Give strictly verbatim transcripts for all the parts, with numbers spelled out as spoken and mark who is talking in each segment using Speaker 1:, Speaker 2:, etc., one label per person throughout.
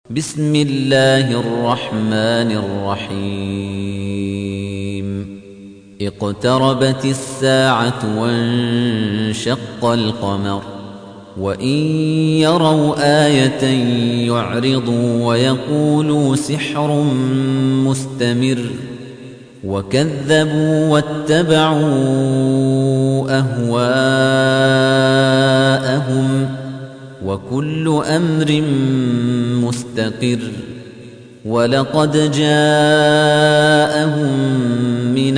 Speaker 1: بسم الله الرحمن الرحيم اقتربت الساعة وانشق القمر وإن يروا آية يعرضوا ويقولوا سحر مستمر وكذبوا واتبعوا أهواءهم وكل أمر مستقر ولقد جاءهم من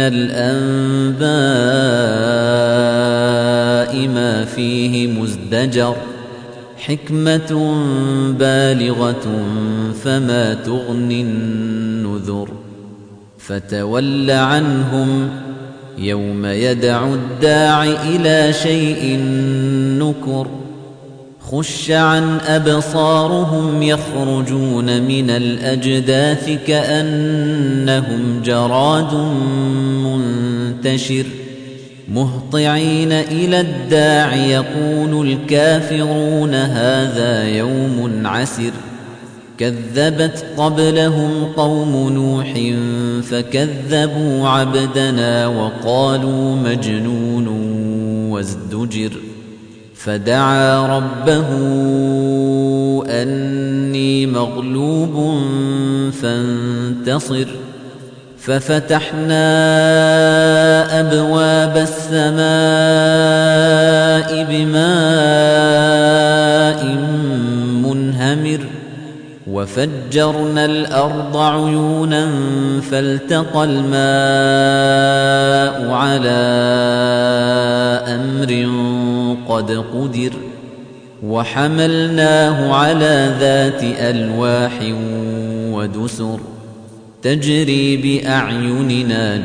Speaker 1: الأنباء ما فيه مزدجر حكمة بالغة فما تغني النذر فتول عنهم يوم يدعو الداع إلى شيء نكر خش عن أبصارهم يخرجون من الأجداث كأنهم جراد منتشر مهطعين إلى الداع يقول الكافرون هذا يوم عسر كذبت قبلهم قوم نوح فكذبوا عبدنا وقالوا مجنون وازدجر فدعا ربه أني مغلوب فانتصر ففتحنا أبواب السماء بماء منهمر وفجرنا الأرض عيونا فالتقى الماء على أمر قد قدر وحملناه على ذات ألواح ودسر تجري بأعيننا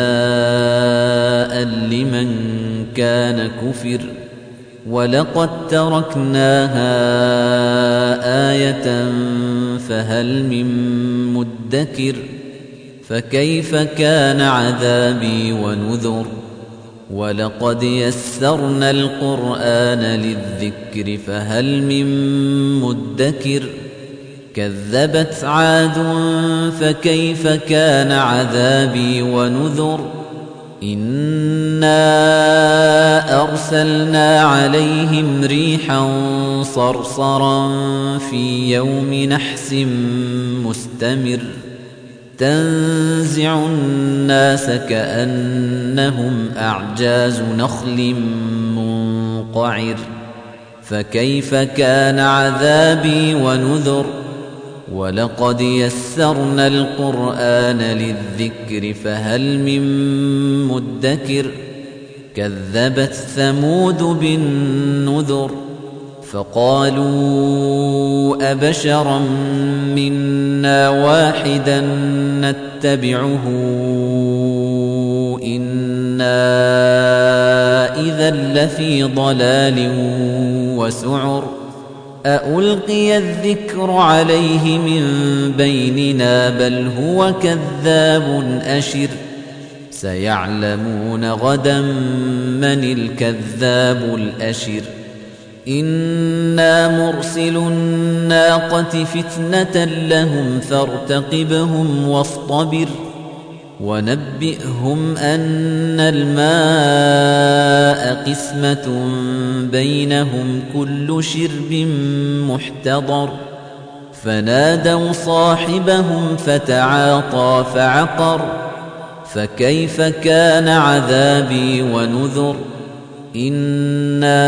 Speaker 1: جزاء لمن كان كفر ولقد تركناها آية فهل من مدكر فكيف كان عذابي ونذر ولقد يسرنا القرآن للذكر فهل من مدكر كذبت عاد فكيف كان عذابي ونذر إنا أرسلنا عليهم ريحا صرصرا في يوم نحس مستمر تنزع الناس كأنهم أعجاز نخل منقعر فكيف كان عذابي ونذر ولقد يسرنا القرآن للذكر فهل من مدكر كذبت ثمود بالنذر فقالوا أبشرا منا واحدا نتبعه إنا إذا لفي ضلال وسعر أألقي الذكر عليه من بيننا بل هو كذاب أشر سيعلمون غدا من الكذاب الأشر إنا مرسل الناقة فتنة لهم فارتقبهم واصطبر ونبئهم أن الماء قسمة بينهم كل شرب محتضر فنادوا صاحبهم فتعاطى فعقر فكيف كان عذابي ونذر إنا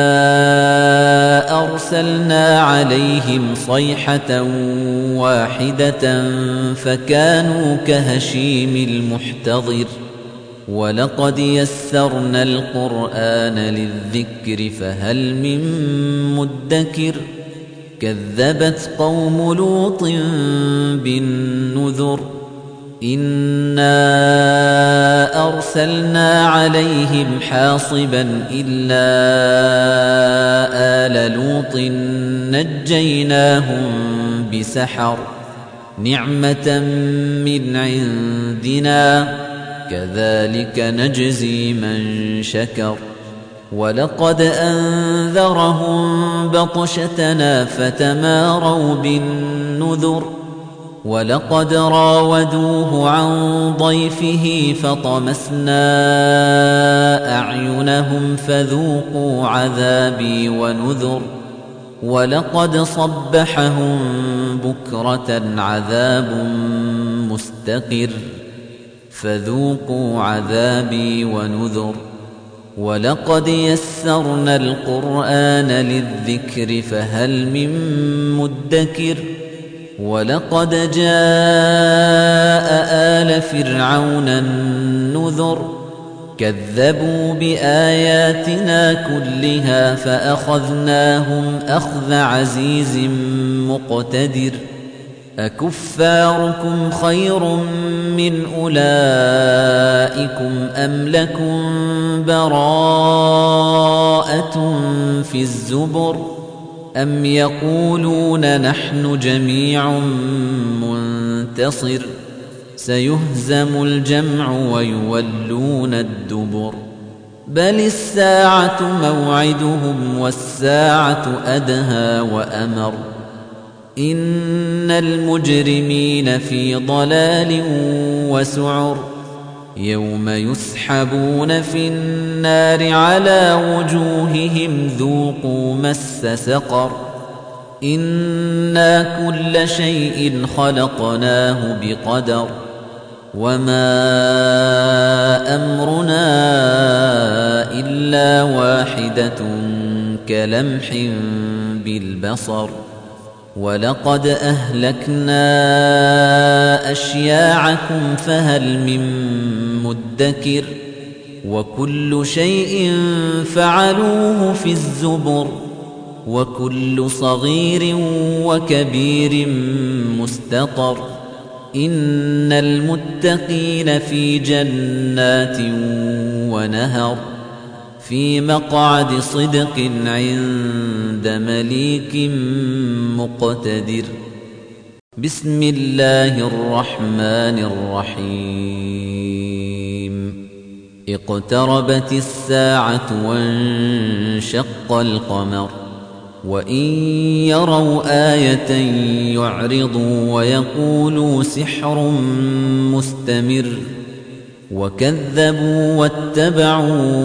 Speaker 1: أرسلنا عليهم صيحة واحدة فكانوا كهشيم المحتضر ولقد يسرنا القرآن للذكر فهل من مدكر كذبت قوم لوط بالنذر إنا أرسلنا عليهم حاصبا إلا آل لوط نجيناهم بسحر نعمة من عندنا كذلك نجزي من شكر ولقد أنذرهم بطشتنا فتماروا بالنذر ولقد راودوه عن ضيفه فطمسنا أعينهم فذوقوا عذابي ونذر ولقد صبحهم بكرة عذاب مستقر فذوقوا عذابي ونذر ولقد يسرنا القرآن للذكر فهل من مدكر ولقد جاء آل فرعون النذر كذبوا بآياتنا كلها فأخذناهم أخذ عزيز مقتدر أكفاركم خير من أولئكم أم لكم براءة في الزبر أم يقولون نحن جميع منتصر سيهزم الجمع ويولون الدبر بل الساعة موعدهم والساعة أدهى وأمر إن المجرمين في ضلال وسعر يوم يسحبون في النار على وجوههم ذوقوا مس سقر إنا كل شيء خلقناه بقدر وما أمرنا إلا واحدة كلمح بالبصر ولقد أهلكنا أشياعكم فهل من مدكر وكل شيء فعلوه في الزبر وكل صغير وكبير مستطر إن المتقين في جنات ونهر في مقعد صدق عند مليك مقتدر بسم الله الرحمن الرحيم اقتربت الساعة وانشق القمر وإن يروا آية يعرضوا ويقولوا سحر مستمر وكذبوا واتبعوا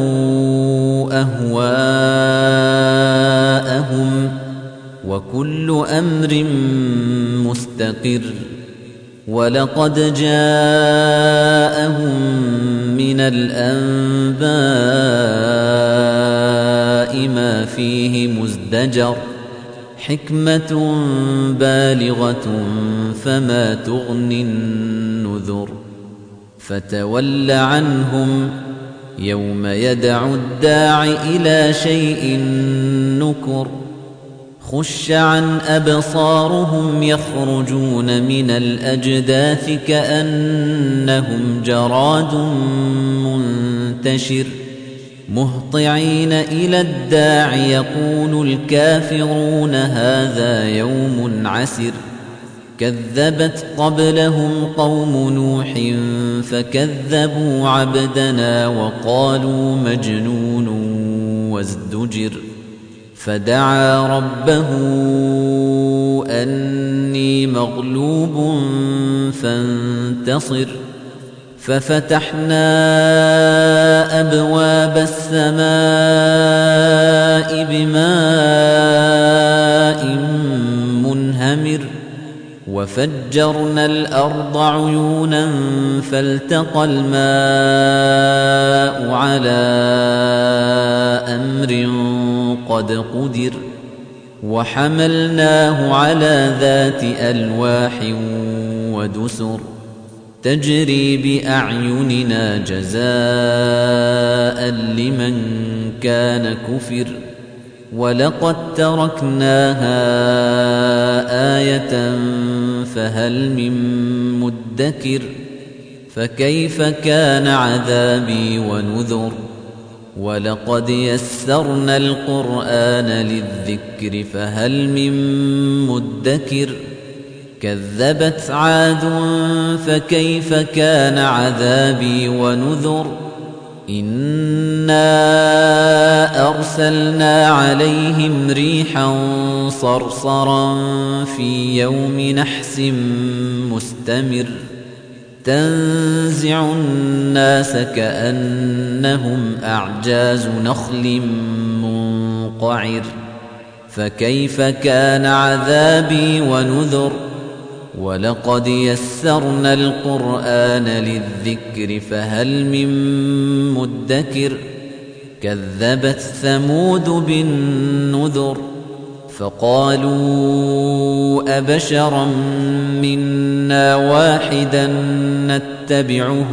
Speaker 1: أهواءهم وكل أمر مستقر ولقد جاءهم من الأنباء ما فيه مزدجر حكمة بالغة فما تغني النذر فتول عنهم يوم يدعو الداع إلى شيء نكر خش عن أبصارهم يخرجون من الأجداث كأنهم جراد منتشر مهطعين إلى الداع يقول الكافرون هذا يوم عسر كذبت قبلهم قوم نوح فكذبوا عبدنا وقالوا مجنون وازدجر فدعا ربه أني مغلوب فانتصر ففتحنا أبواب السماء بماء منهمر وفجرنا الأرض عيونا فالتقى الماء على أمر قد قدر وحملناه على ذات ألواح ودسر تجري بأعيننا جزاء لمن كان كفر ولقد تركناها آية فهل من مدكر فكيف كان عذابي ونذر ولقد يسرنا القرآن للذكر فهل من مدكر كذبت عاد فكيف كان عذابي ونذر إنا أرسلنا عليهم ريحا صرصرا في يوم نحس مستمر تنزع الناس كأنهم أعجاز نخل منقعر فكيف كان عذابي ونذر ولقد يسرنا القرآن للذكر فهل من مدكر كذبت ثمود بالنذر فقالوا أبشرا منا واحدا نتبعه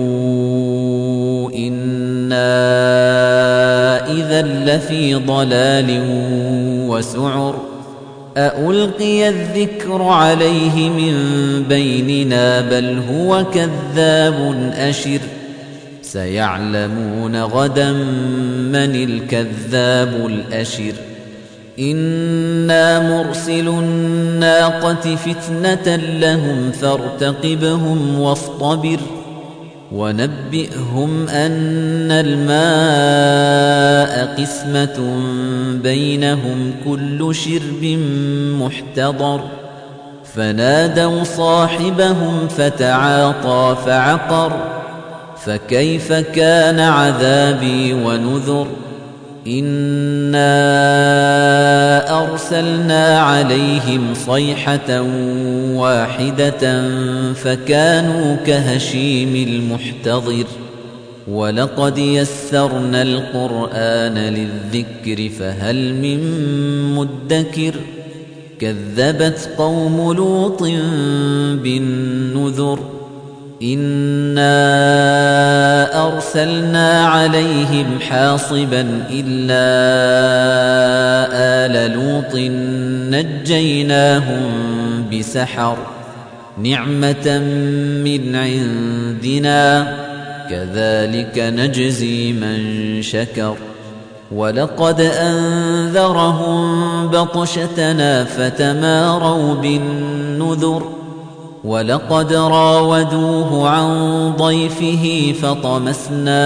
Speaker 1: إنا إذا لفي ضلال وسعر أألقي الذكر عليه من بيننا بل هو كذاب أشر سيعلمون غدا من الكذاب الأشر إنا مرسل الناقة فتنة لهم فارتقبهم واصطبر ونبئهم أن الماء قسمة بينهم كل شرب محتضر فنادوا صاحبهم فتعاطى فعقر فكيف كان عذابي ونذر إنا أرسلنا عليهم صيحة واحدة فكانوا كهشيم المحتضر ولقد يسرنا القرآن للذكر فهل من مدكر كذبت قوم لوط بالنذر إنا أرسلنا عليهم حاصبا إلا آل لوط نجيناهم بسحر نعمة من عندنا كذلك نجزي من شكر ولقد أنذرهم بطشتنا فتماروا بالنذر ولقد راودوه عن ضيفه فطمسنا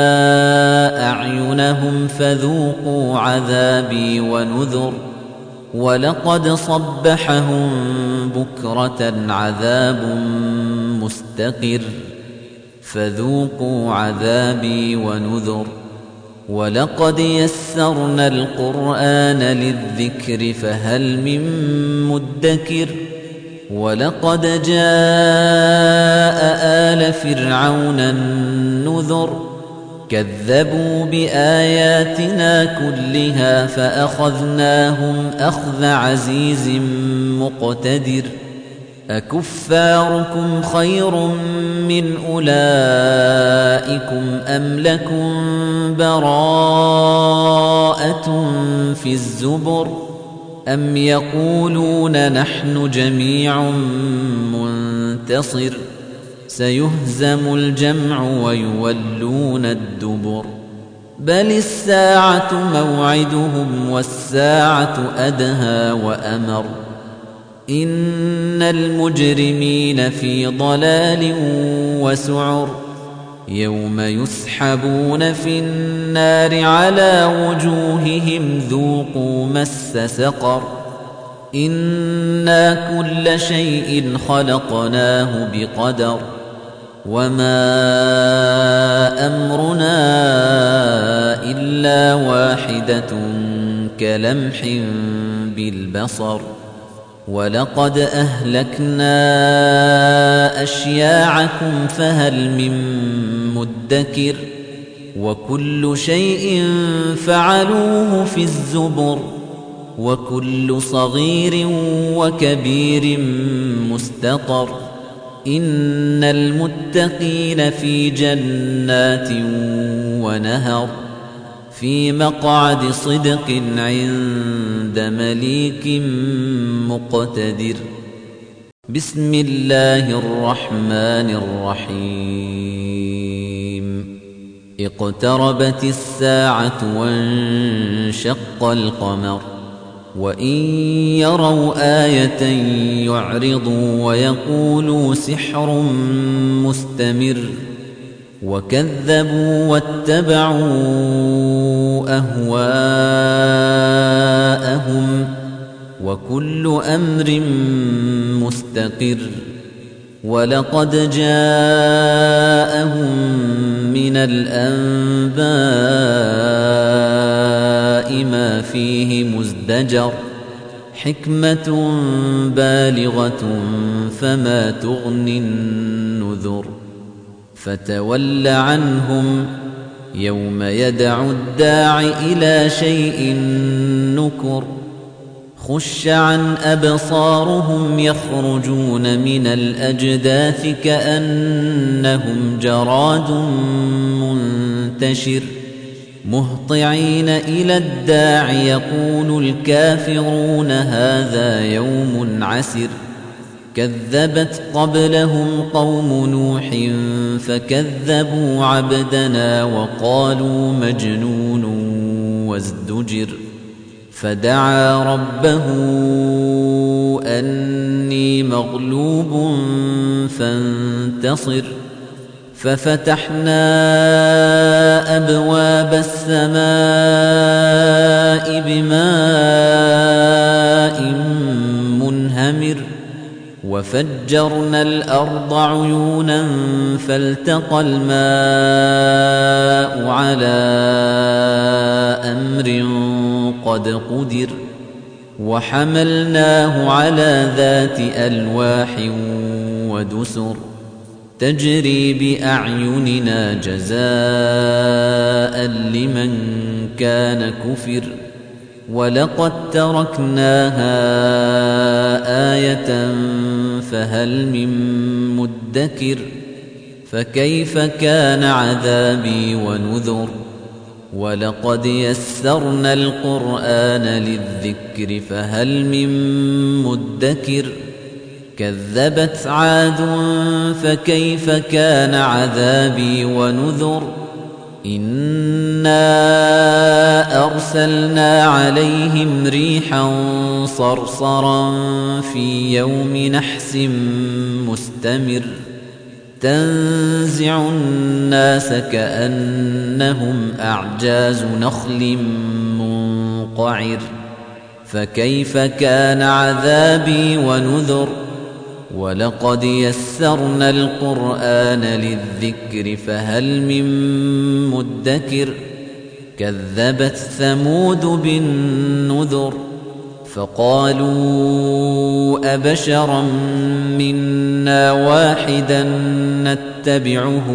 Speaker 1: أعينهم فذوقوا عذابي ونذر ولقد صبحهم بكرة عذاب مستقر فذوقوا عذابي ونذر ولقد يسرنا القرآن للذكر فهل من مدكر ولقد جاء آل فرعون النذر كذبوا بآياتنا كلها فأخذناهم أخذ عزيز مقتدر أكفاركم خير من أولئكم أم لكم براءة في الزبر أم يقولون نحن جميع منتصر سيهزم الجمع ويولون الدبر بل الساعة موعدهم والساعة أدهى وأمر إن المجرمين في ضلال وسعر يوم يسحبون في النار على وجوههم ذوقوا مس سقر إنا كل شيء خلقناه بقدر وما أمرنا إلا واحدة كلمح بالبصر ولقد أهلكنا أشياعكم فهل من مدكر وكل شيء فعلوه في الزبر وكل صغير وكبير مستطر إن المتقين في جنات ونهر في مقعد صدق عند مليك مقتدر بسم الله الرحمن الرحيم اقتربت الساعة وانشق القمر وإن يروا آية يعرضوا ويقولوا سحر مستمر وكذبوا واتبعوا أهواءهم وكل أمر مستقر ولقد جاءهم من الأنباء ما فيه مزدجر حكمة بالغة فما تغني النذر فتول عنهم يوم يدعو الداع إلى شيء نكر خش عن أبصارهم يخرجون من الأجداث كأنهم جراد منتشر مهطعين إلى الداع يقول الكافرون هذا يوم عسر كذبت قبلهم قوم نوح فكذبوا عبدنا وقالوا مجنون وازدجر فدعا ربه أني مغلوب فانتصر ففتحنا أبواب السماء بماء منهمر وفجرنا الأرض عيونا فالتقى الماء على أمر قد قدر وحملناه على ذات ألواح ودسر تجري بأعيننا جزاء لمن كان كفر ولقد تركناها آية فهل من مدكر فكيف كان عذابي ونذر ولقد يسرنا القرآن للذكر فهل من مدكر كذبت عاد فكيف كان عذابي ونذر إنا أرسلنا عليهم ريحا صرصرا في يوم نحس مستمر تنزع الناس كأنهم أعجاز نخل منقعر فكيف كان عذابي ونذر ولقد يسرنا القرآن للذكر فهل من مدكر كذبت ثمود بالنذر فقالوا أبشرا منا واحدا نتبعه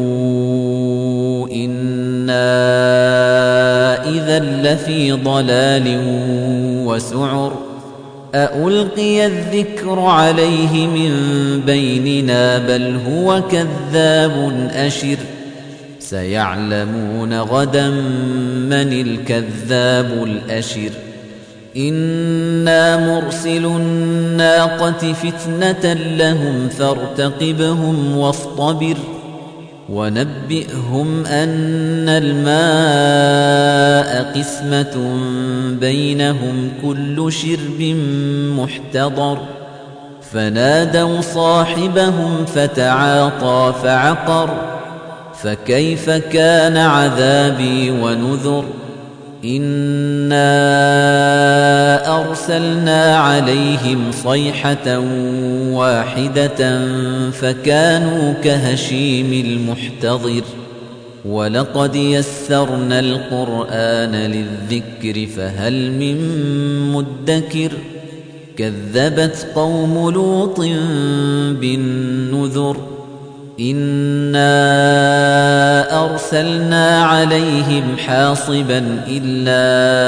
Speaker 1: إنا إذا لفي ضلال وسعر أألقي الذكر عليه من بيننا بل هو كذاب أشر سيعلمون غدا من الكذاب الأشر إنا مرسل الناقة فتنة لهم فارتقبهم واصطبر ونبئهم أن الماء قسمة بينهم كل شرب محتضر فنادوا صاحبهم فتعاطى فعقر فكيف كان عذابي ونذر إنا أرسلنا عليهم صيحة واحدة فكانوا كهشيم المحتضر ولقد يسرنا القرآن للذكر فهل من مدكر كذبت قوم لوط بالنذر إنا أرسلنا عليهم حاصبا إلا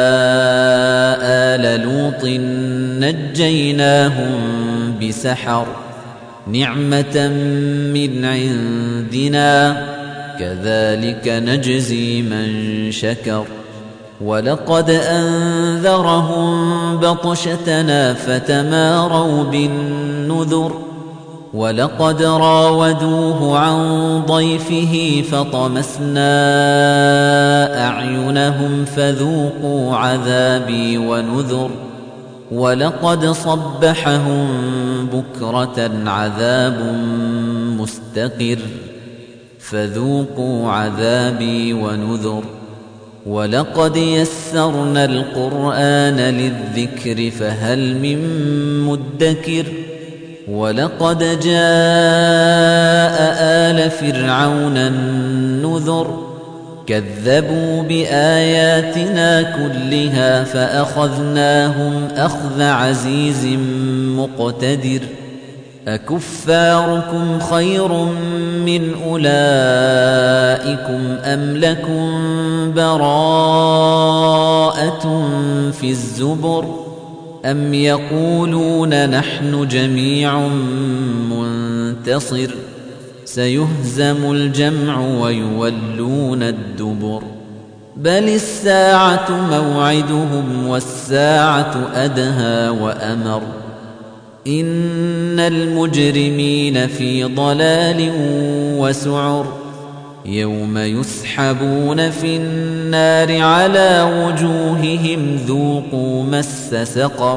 Speaker 1: آل لوط نجيناهم بسحر نعمة من عندنا كذلك نجزي من شكر ولقد أنذرهم بطشتنا فتماروا بالنذر ولقد راودوه عن ضيفه فطمسنا أعينهم فذوقوا عذابي ونذر ولقد صبحهم بكرة عذاب مستقر فذوقوا عذابي ونذر ولقد يسرنا القرآن للذكر فهل من مدكر ولقد جاء آل فرعون النذر كذبوا بآياتنا كلها فأخذناهم أخذ عزيز مقتدر أكفاركم خير من أولئكم أم لكم براءة في الزبر أم يقولون نحن جميع منتصر سيهزم الجمع ويولون الدبر بل الساعة موعدهم والساعة أدهى وأمر إن المجرمين في ضلال وسعر يوم يسحبون في النار على وجوههم ذوقوا مس سقر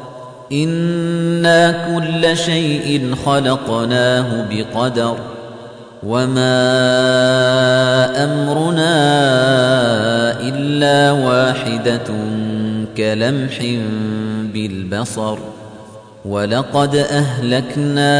Speaker 1: إنا كل شيء خلقناه بقدر وما أمرنا إلا واحدة كلمح بالبصر ولقد أهلكنا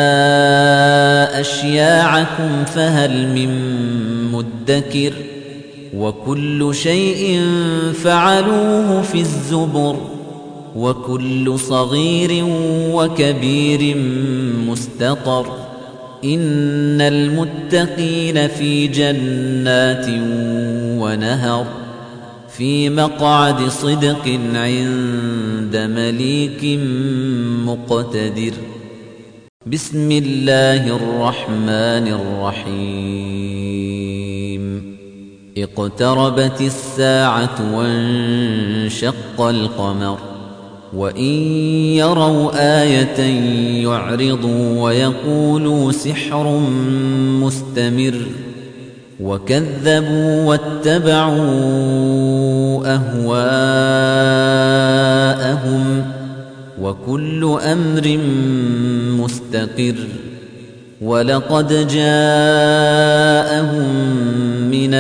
Speaker 1: أشياعكم فهل من مدكر وكل شيء فعلوه في الزبر وكل صغير وكبير مستطر إن المتقين في جنات ونهر في مقعد صدق عند مليك مقتدر بسم الله الرحمن الرحيم اقتربت الساعة وانشق القمر وإن يروا آية يعرضوا ويقولوا سحر مستمر وكذبوا واتبعوا أهواءهم وكل أمر مستقر ولقد جاءهم من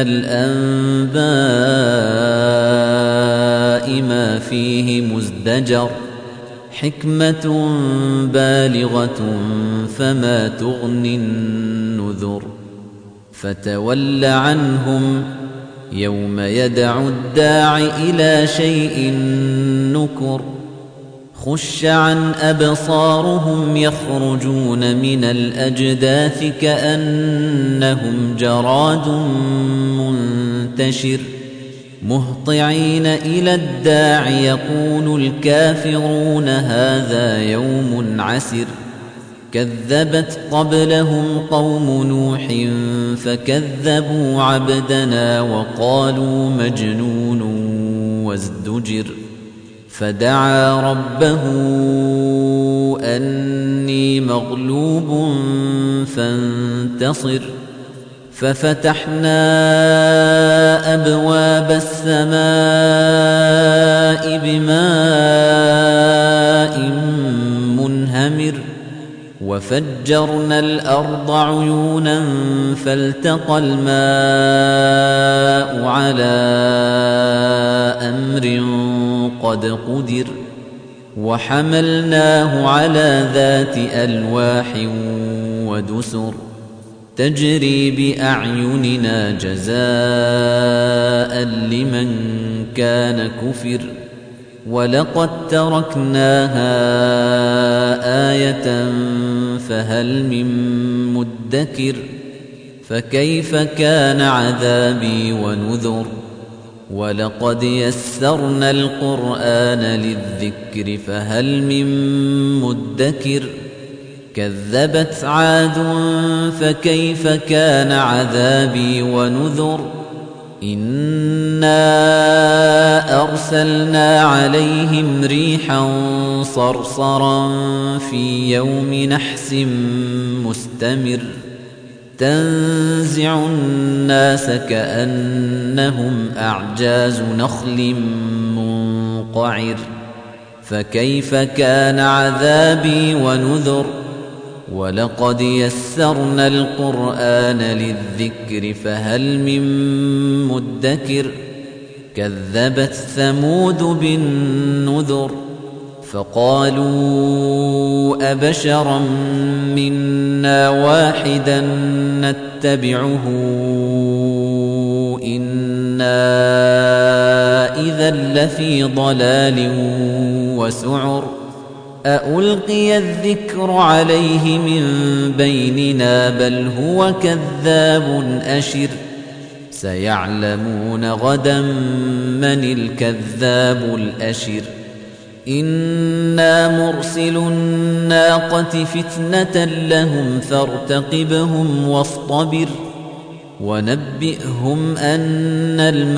Speaker 1: الأنباء ما فيه مزدجر حكمة بالغة فما تغني النذر فتول عنهم يوم يدعو الداع إلى شيء نكر خش عن أبصارهم يخرجون من الأجداث كأنهم جراد منتشر مهطعين إلى الداع يقول الكافرون هذا يوم عسر كذبت قبلهم قوم نوح فكذبوا عبدنا وقالوا مجنون وازدجر فدعا ربه أني مغلوب فانتصر ففتحنا أبواب السماء بماء منهمر وفجرنا الأرض عيونا فالتقى الماء على أمر قد قدر وحملناه على ذات ألواح ودسر تجري بأعيننا جزاء لمن كان كفر ولقد تركناها آية فهل من مدكر فكيف كان عذابي ونذر ولقد يسرنا القرآن للذكر فهل من مدكر كذبت عاد فكيف كان عذابي ونذر إنا أرسلنا عليهم ريحا صرصرا في يوم نحس مستمر تنزع الناس كأنهم أعجاز نخل منقعر فكيف كان عذابي ونذر ولقد يسرنا القرآن للذكر فهل من مدكر كذبت ثمود بالنذر فقالوا أبشرا منا واحدا نتبعه إنا إذا لفي ضلال وسعر أألقي الذكر عليه من بيننا بل هو كذاب أشر سيعلمون غدا من الكذاب الأشر إنا مرسل الناقة فتنة لهم فارتقبهم واصطبر ونبئهم أن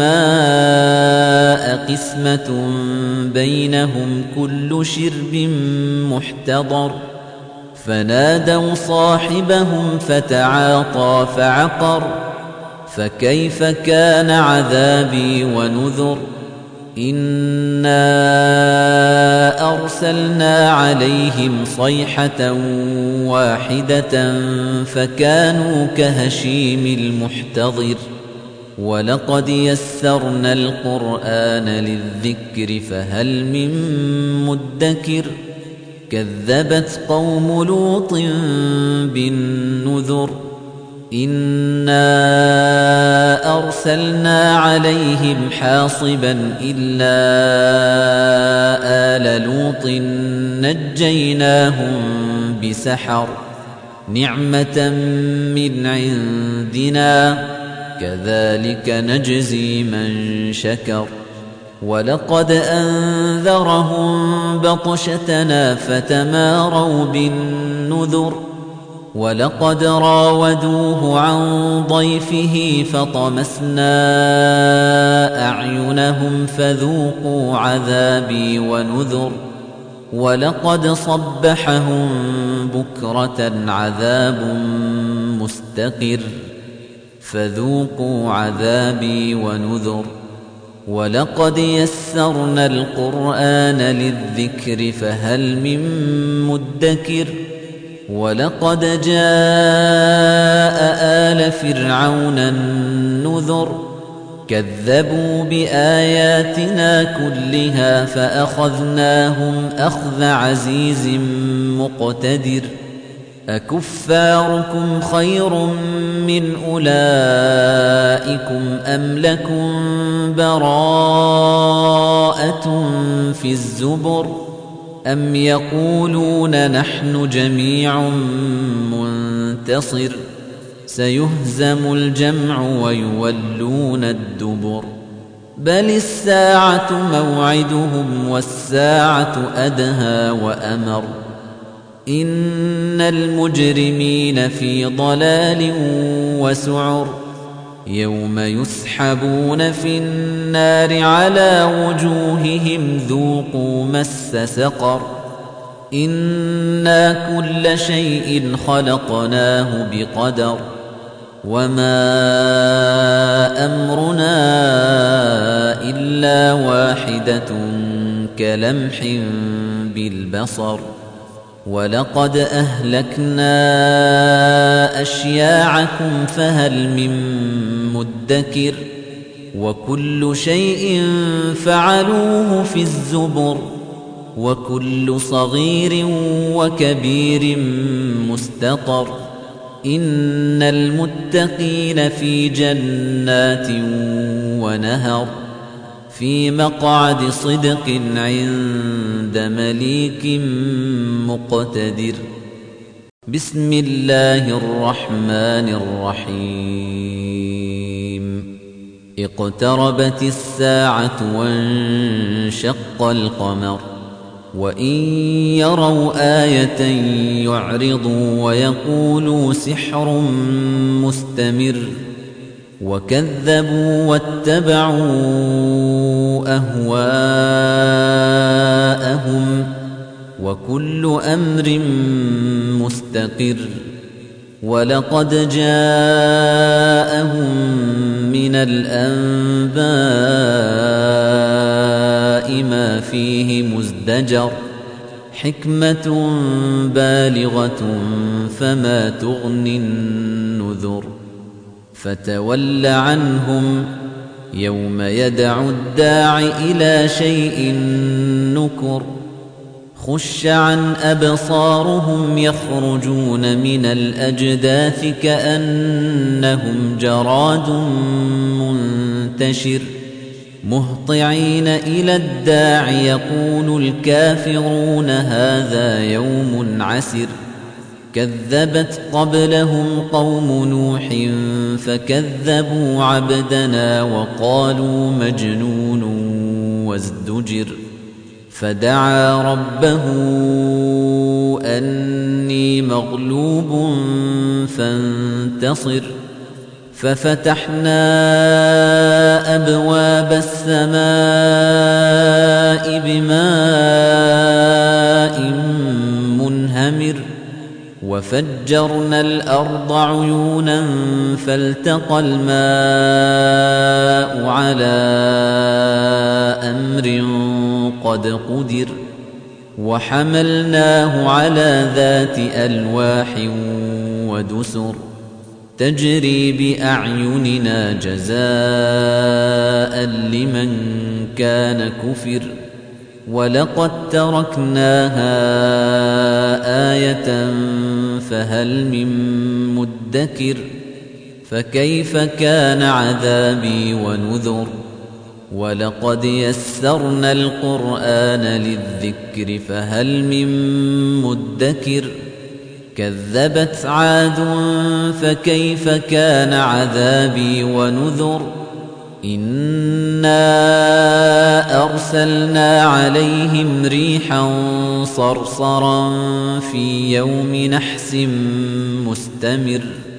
Speaker 1: الماء قسمة بينهم كل شرب محتضر فنادوا صاحبهم فتعاطى فعقر فكيف كان عذابي ونذر إنا أرسلنا عليهم صيحة واحدة فكانوا كهشيم المحتضر ولقد يسرنا القرآن للذكر فهل من مدكر كذبت قوم لوط بالنذر إنا أرسلنا عليهم حاصبا إلا آل لوط نجيناهم بسحر نعمة من عندنا كذلك نجزي من شكر ولقد أنذرهم بطشتنا فتماروا بالنذر ولقد راودوه عن ضيفه فطمسنا أعينهم فذوقوا عذابي ونذر ولقد صبحهم بكرة عذاب مستقر فذوقوا عذابي ونذر ولقد يسرنا القرآن للذكر فهل من مدكر ولقد جاء آل فرعون النذر كذبوا بآياتنا كلها فأخذناهم أخذ عزيز مقتدر أكفاركم خير من أولئكم أم لكم براءة في الزبر أم يقولون نحن جميع منتصر سيهزم الجمع ويولون الدبر بل الساعة موعدهم والساعة أدهى وأمر إن المجرمين في ضلال وسعر يوم يسحبون في النار على وجوههم ذوقوا مس سقر إنا كل شيء خلقناه بقدر وما أمرنا إلا واحدة كلمح بالبصر ولقد أهلكنا أشياعكم فهل من مدكر وكل شيء فعلوه في الزبر وكل صغير وكبير مستطر إن المتقين في جنات ونهر في مقعد صدق عند مليك مقتدر بسم الله الرحمن الرحيم اقتربت الساعة وانشق القمر وإن يروا آية يعرضوا ويقولوا سحر مستمر وكذبوا واتبعوا أهواءهم وكل أمر مستقر ولقد جاءهم من الأنباء ما فيه مزدجر حكمة بالغة فما تغني النذر فتول عنهم يوم يدعو الداع إلى شيء نكر خش عن أبصارهم يخرجون من الأجداث كأنهم جراد منتشر مهطعين إلى الداع يقول الكافرون هذا يوم عسر كذبت قبلهم قوم نوح فكذبوا عبدنا وقالوا مجنون وازدجر فدعا ربه أني مغلوب فانتصر ففتحنا أبواب السماء بماء منهمر وفجرنا الأرض عيونا فالتقى الماء على أمر قد قدر وحملناه على ذات ألواح ودسر تجري بأعيننا جزاء لمن كان كفر ولقد تركناها آية فهل من مدكر فكيف كان عذابي ونذر ولقد يسرنا القرآن للذكر فهل من مدكر كذبت عاد فكيف كان عذابي ونذر إنا أرسلنا عليهم ريحا صرصرا في يوم نحس مستمر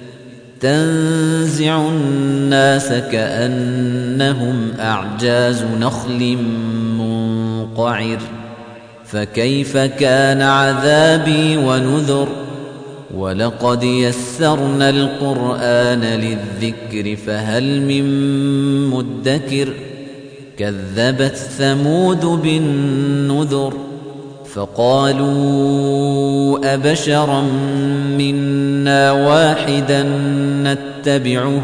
Speaker 1: تنزع الناس كأنهم أعجاز نخل منقعر فكيف كان عذابي ونذر ولقد يسرنا القرآن للذكر فهل من مدكر كذبت ثمود بالنذر فقالوا أبشرا منا واحدا نتبعه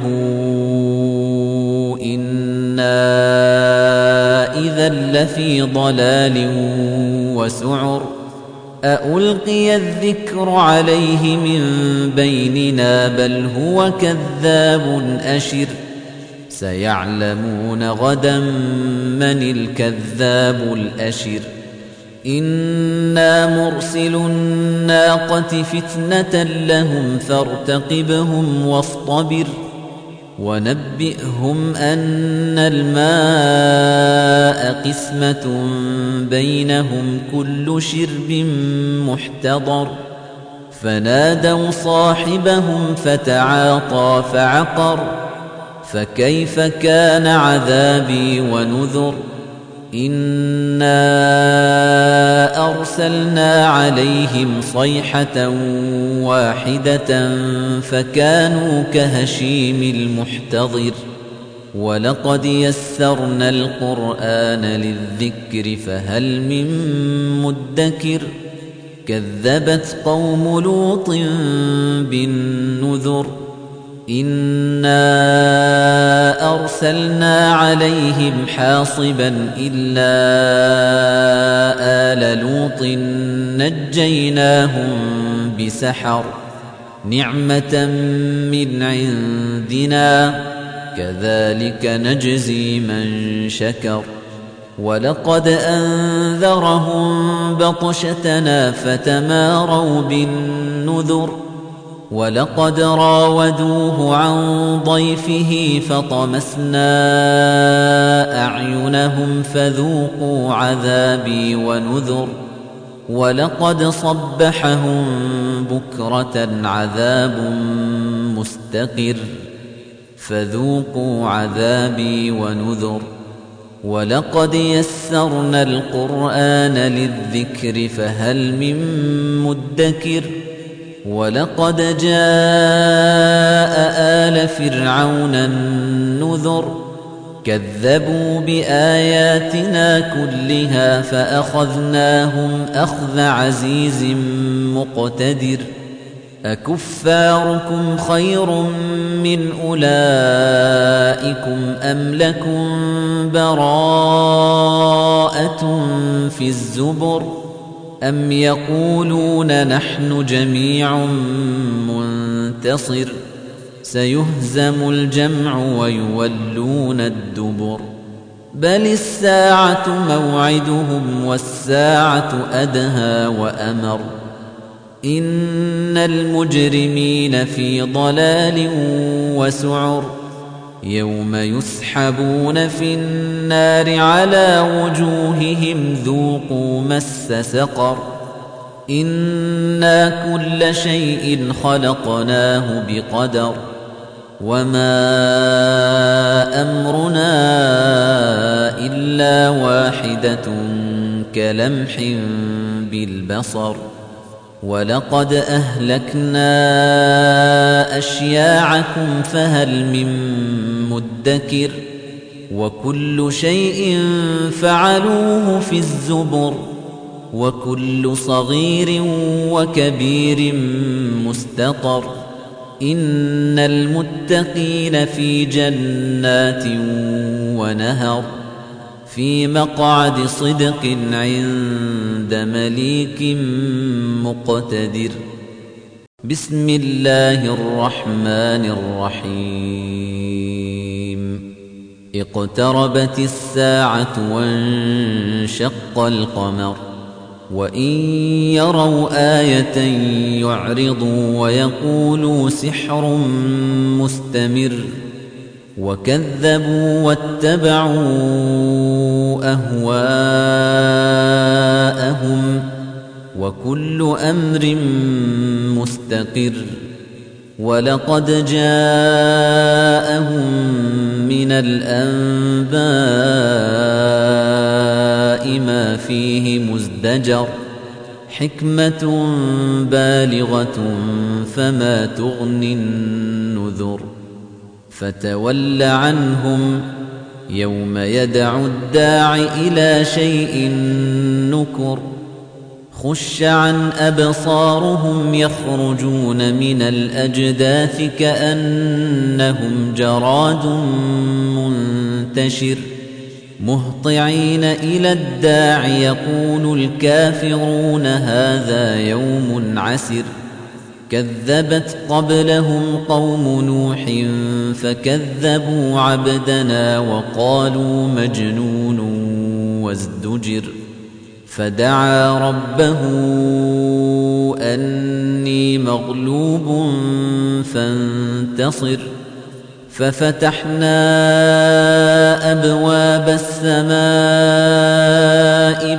Speaker 1: إنا إذا لفي ضلال وسعر أألقي الذكر عليه من بيننا بل هو كذاب أشر سيعلمون غدا من الكذاب الأشر إنا مرسل الناقة فتنة لهم فارتقبهم واصطبر ونبئهم أن الماء قسمة بينهم كل شرب محتضر فنادوا صاحبهم فتعاطى فعقر فكيف كان عذابي ونذر إنا أرسلنا عليهم صيحة واحدة فكانوا كهشيم المحتضر ولقد يسرنا القرآن للذكر فهل من مدكر كذبت قوم لوط بالنذر إنا أرسلنا عليهم حاصبا إلا آل لوط نجيناهم بسحر نعمة من عندنا كذلك نجزي من شكر ولقد أنذرهم بطشتنا فتماروا بالنذر ولقد راودوه عن ضيفه فطمسنا أعينهم فذوقوا عذابي ونذر ولقد صبحهم بكرة عذاب مستقر فذوقوا عذابي ونذر ولقد يسرنا القرآن للذكر فهل من مدكر ولقد جاء آل فرعون النذر كذبوا بآياتنا كلها فأخذناهم أخذ عزيز مقتدر أكفاركم خير من أولئكم أم لكم براءة في الزبر أم يقولون نحن جميع منتصر سيهزم الجمع ويولون الدبر بل الساعة موعدهم والساعة أدهى وأمر إن المجرمين في ضلال وسعر يوم يسحبون في النار على وجوههم ذوقوا مس سقر إنا كل شيء خلقناه بقدر وما أمرنا إلا واحدة كلمح بالبصر ولقد أهلكنا أشياعكم فهل من مدكر وكل شيء فعلوه في الزبر وكل صغير وكبير مستطر إن المتقين في جنات ونهر في مقعد صدق عند مليك مقتدر بسم الله الرحمن الرحيم اقتربت الساعة وانشق القمر وإن يروا آية يعرضوا ويقولوا سحر مستمر وكذبوا واتبعوا أهواءهم وكل أمر مستقر ولقد جاءهم من الأنباء ما فيه مزدجر حكمة بالغة فما تغني النذر فتول عنهم يوم يدعو الداع إلى شيء نكر خش عن أبصارهم يخرجون من الأجداث كأنهم جراد منتشر مهطعين إلى الداع يقول الكافرون هذا يوم عسر كذبت قبلهم قوم نوح فكذبوا عبدنا وقالوا مجنون وازدجر فدعا ربه أني مغلوب فانتصر ففتحنا أبواب السماء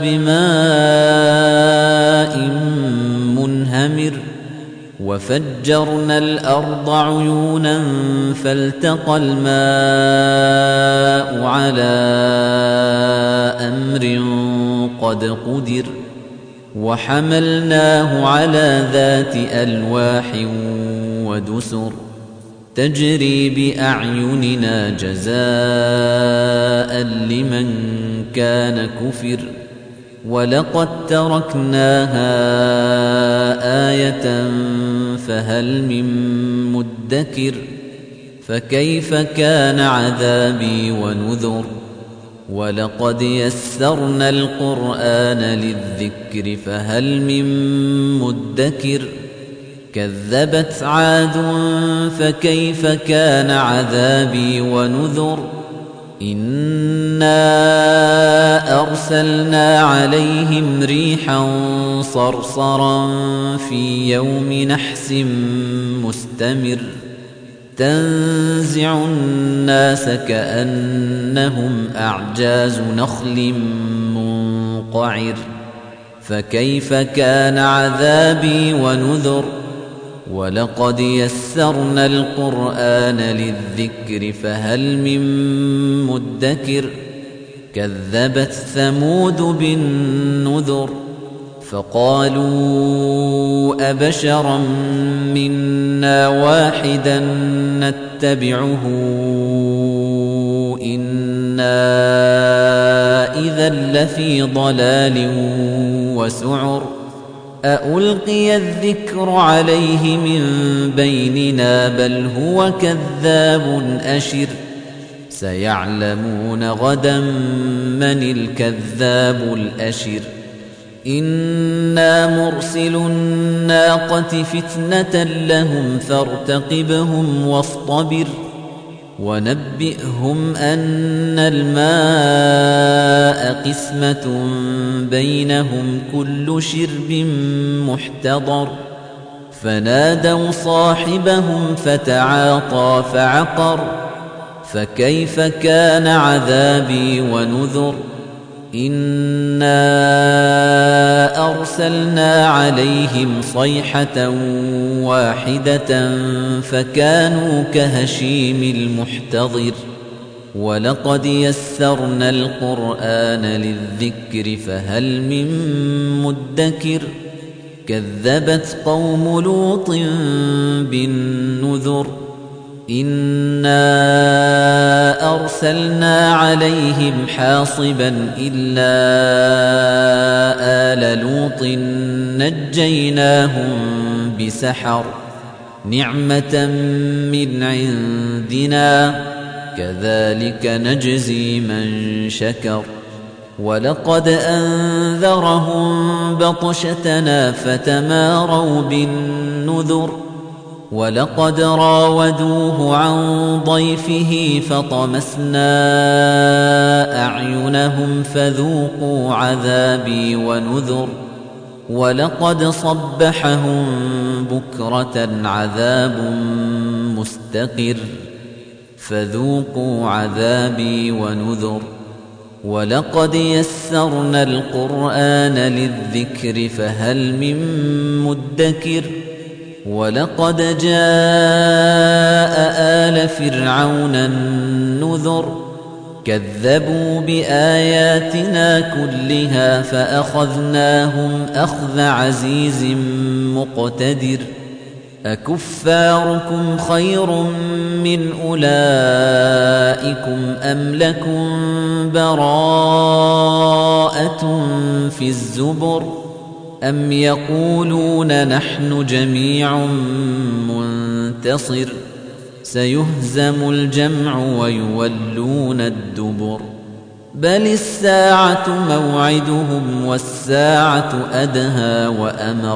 Speaker 1: بماء منهمر وفجرنا الأرض عيونا فالتقى الماء على أمر قد قدر وحملناه على ذات ألواح ودسر تجري بأعيننا جزاء لمن كان كفر ولقد تركناها آية فهل من مدكر فكيف كان عذابي ونذر ولقد يسرنا القرآن للذكر فهل من مدكر كذبت عاد فكيف كان عذابي ونذر إنا أرسلنا عليهم ريحا صرصرا في يوم نحس مستمر تنزع الناس كأنهم أعجاز نخل منقعر فكيف كان عذابي ونذر ولقد يسرنا القرآن للذكر فهل من مدكر كذبت ثمود بالنذر فقالوا أبشرا منا واحدا نتبعه إنا إذا لفي ضلال وسعر أألقي الذكر عليه من بيننا بل هو كذاب أشر سيعلمون غدا من الكذاب الأشر إنا مرسل الناقة فتنة لهم فارتقبهم واصطبر ونبئهم أن الماء قسمة بينهم كل شرب محتضر فنادوا صاحبهم فتعاطى فعقر فكيف كان عذابي ونذر إنا أرسلنا عليهم صيحة واحدة فكانوا كهشيم المحتضر ولقد يسرنا القرآن للذكر فهل من مدكر كذبت قوم لوط بالنذر إنا أرسلنا عليهم حاصبا إلا آل لوط نجيناهم بسحر نعمة من عندنا كذلك نجزي من شكر ولقد أنذرهم بطشتنا فتماروا بالنذر ولقد راودوه عن ضيفه فطمسنا أعينهم فذوقوا عذابي ونذر ولقد صبحهم بكرة عذاب مستقر فذوقوا عذابي ونذر ولقد يسرنا القرآن للذكر فهل من مدكر ولقد جاء آل فرعون النذر كذبوا بآياتنا كلها فأخذناهم أخذ عزيز مقتدر أكفاركم خير من أولئكم أم لكم براءة في الزبر أم يقولون نحن جميع منتصر سيهزم الجمع ويولون الدبر بل الساعة موعدهم والساعة أدهى وأمر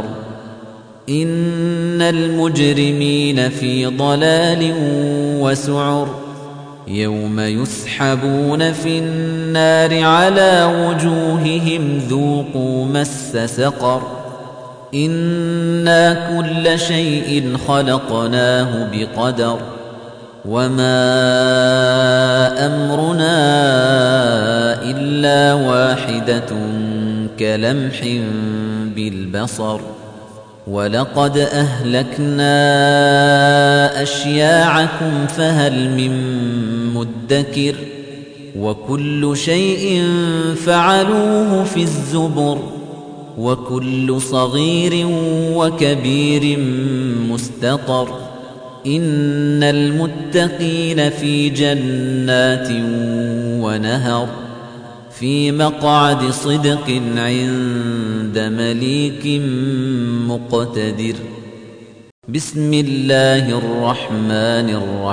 Speaker 1: إن المجرمين في ضلال وسعر يوم يسحبون في النار على وجوههم ذوقوا مس سقر إنا كل شيء خلقناه بقدر وما أمرنا إلا واحدة كلمح بالبصر ولقد أهلكنا أشياعكم فهل من مدكر وكل شيء فعلوه في الزبر وكل صغير وكبير مستطر إن المتقين في جنات ونهر في مقعد صدق عند مليك مقتدر بسم الله الرحمن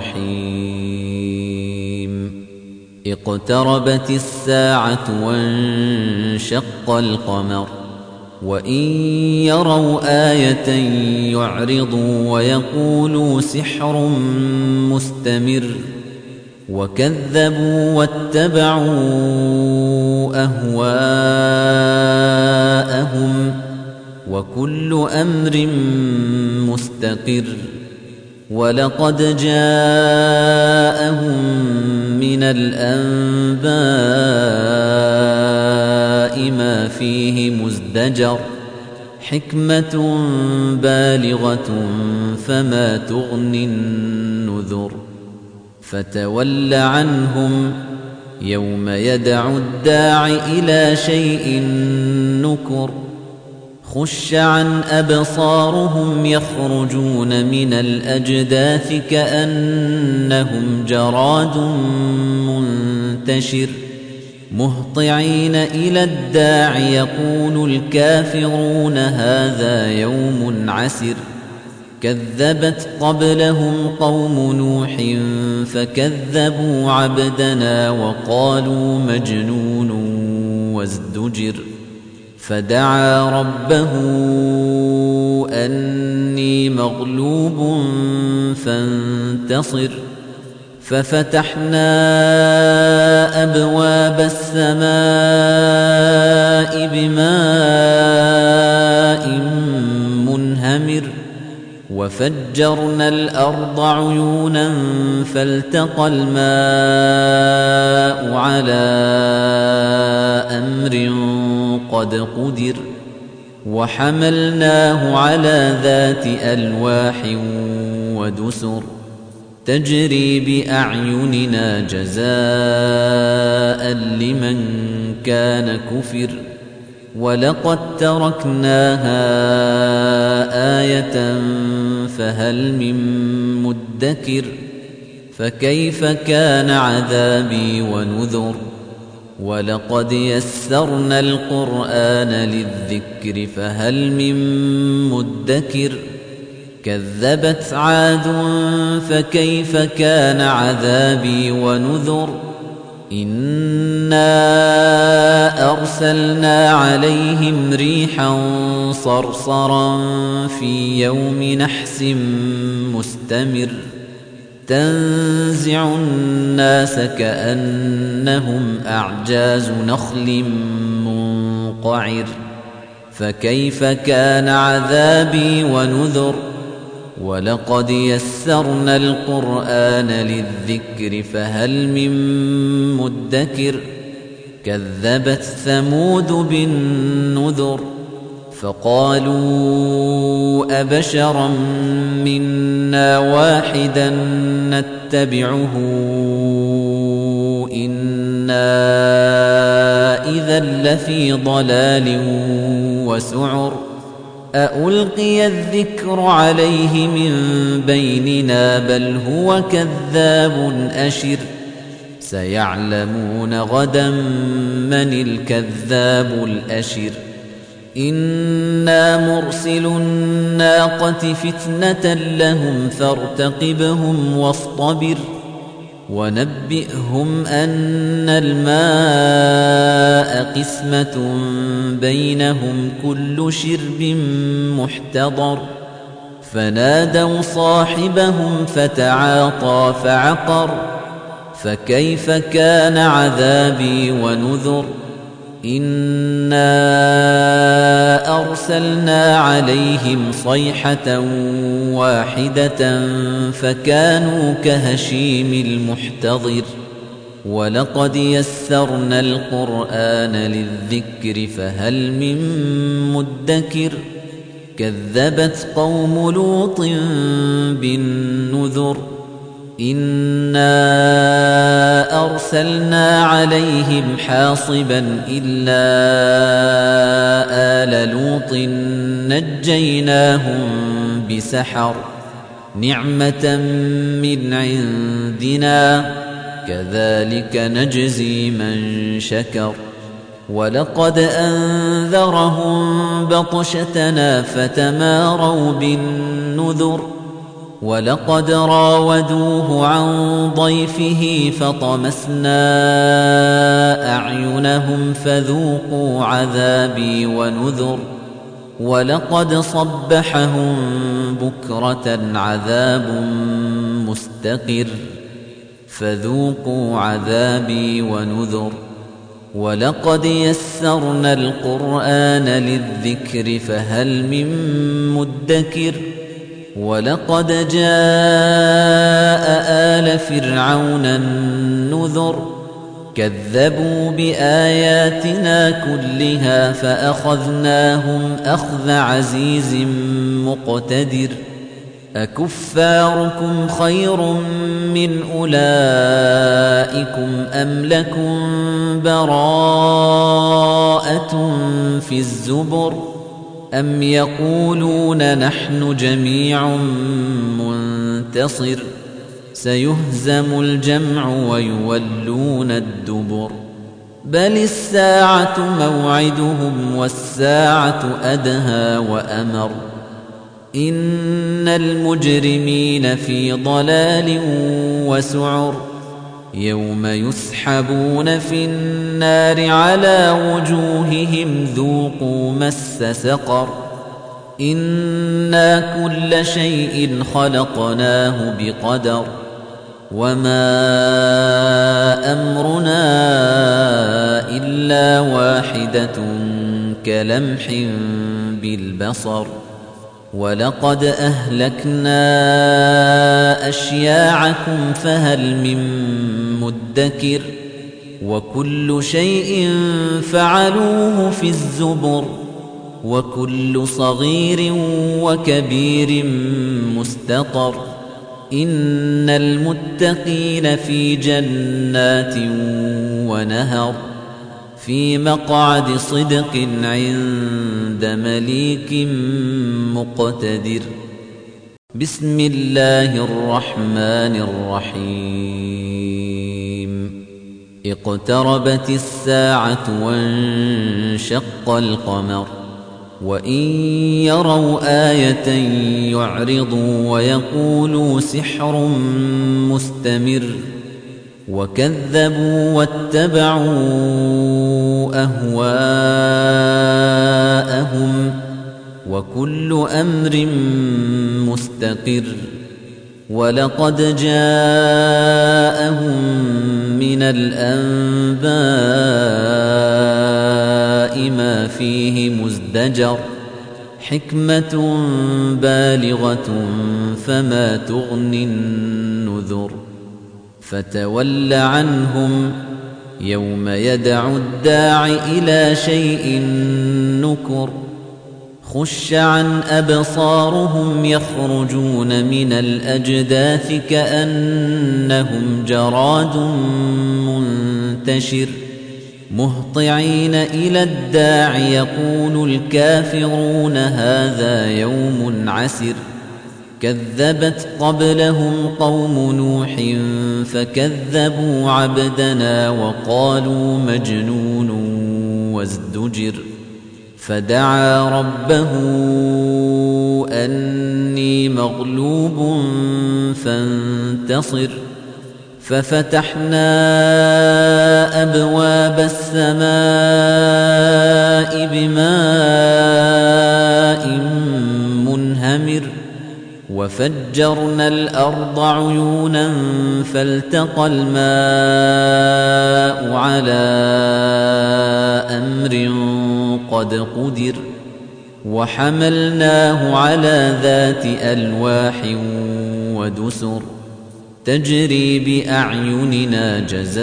Speaker 1: الرحيم اقتربت الساعة وانشق القمر وإن يروا آية يعرضوا ويقولوا سحر مستمر وكذبوا واتبعوا أهواءهم وكل أمر مستقر ولقد جاءهم من الأنباء ما فيه مزدجر حكمة بالغة فما تغني النذر فتول عنهم يوم يدعو الداع إلى شيء نكر خش عن أبصارهم يخرجون من الأجداث كأنهم جراد منذر منتشر مهطعين إلى الداع يقول الكافرون هذا يوم عسر كذبت قبلهم قوم نوح فكذبوا عبدنا وقالوا مجنون وازدجر فدعا ربه أني مغلوب فانتصر ففتحنا أبواب السماء بماء منهمر وفجرنا الأرض عيونا فالتقى الماء على أمر قد قدر وحملناه على ذات ألواح ودسر تجري بأعيننا جزاء لمن كان كفر ولقد تركناها آية فهل من مدكر فكيف كان عذابي ونذر ولقد يسرنا القرآن للذكر فهل من مدكر كذبت عاد فكيف كان عذابي ونذر إنا أرسلنا عليهم ريحا صرصرا في يوم نحس مستمر تنزع الناس كأنهم أعجاز نخل منقعر فكيف كان عذابي ونذر ولقد يسرنا القرآن للذكر فهل من مدكر كذبت ثمود بالنذر فقالوا أبشرا منا واحدا نتبعه إنا إذا لفي ضلال وسعر أألقي الذكر عليه من بيننا بل هو كذاب أشر سيعلمون غدا من الكذاب الأشر إنا مرسل الناقة فتنة لهم فارتقبهم واصطبر ونبئهم أن الماء قسمة بينهم كل شرب محتضر فنادوا صاحبهم فتعاطى فعقر فكيف كان عذابي ونذر إنا أرسلنا عليهم صيحة واحدة فكانوا كهشيم المحتضر ولقد يسرنا القرآن للذكر فهل من مدكر كذبت قوم لوط بالنذر إنا أرسلنا عليهم حاصبا إلا آل لوط نجيناهم بسحر نعمة من عندنا كذلك نجزي من شكر ولقد أنذرهم بطشتنا فتماروا بالنذر ولقد راودوه عن ضيفه فطمسنا أعينهم فذوقوا عذابي ونذر ولقد صبحهم بكرة عذاب مستقر فذوقوا عذابي ونذر ولقد يسرنا القرآن للذكر فهل من مدكر ولقد جاء آل فرعون النذر كذبوا بآياتنا كلها فأخذناهم أخذ عزيز مقتدر أكفاركم خير من أولئكم أم لكم براءة في الزبر أم يقولون نحن جميع منتصر سيهزم الجمع ويولون الدبر بل الساعة موعدهم والساعة أدهى وأمر إن المجرمين في ضلال وسعر يوم يسحبون في النار على وجوههم ذوقوا مس سقر إنا كل شيء خلقناه بقدر وما أمرنا إلا واحدة كلمح بالبصر ولقد أهلكنا أشياعكم فهل من مدكر وكل شيء فعلوه في الزبر وكل صغير وكبير مستطر إن المتقين في جنات ونهر في مقعد صدق عند مليك مقتدر بسم الله الرحمن الرحيم اقتربت الساعة وانشق القمر وإن يروا آية يعرضوا ويقولوا سحر مستمر وكذبوا واتبعوا أهواءهم وكل أمر مستقر ولقد جاءهم من الأنباء ما فيه مزدجر حكمة بالغة فما تغني النذر فتول عنهم يوم يدعو الداع إلى شيء نكر خش عن أبصارهم يخرجون من الأجداث كأنهم جراد منتشر مهطعين إلى الداع يقول الكافرون هذا يوم عسر كذبت قبلهم قوم نوح فكذبوا عبدنا وقالوا مجنون وازدجر فدعا ربه أني مغلوب فانتصر ففتحنا أبواب السماء بماء منهمر وفجرنا الأرض عيونا فالتقى الماء على أمر قد قدر وحملناه على ذات ألواح ودسر تجري بأعيننا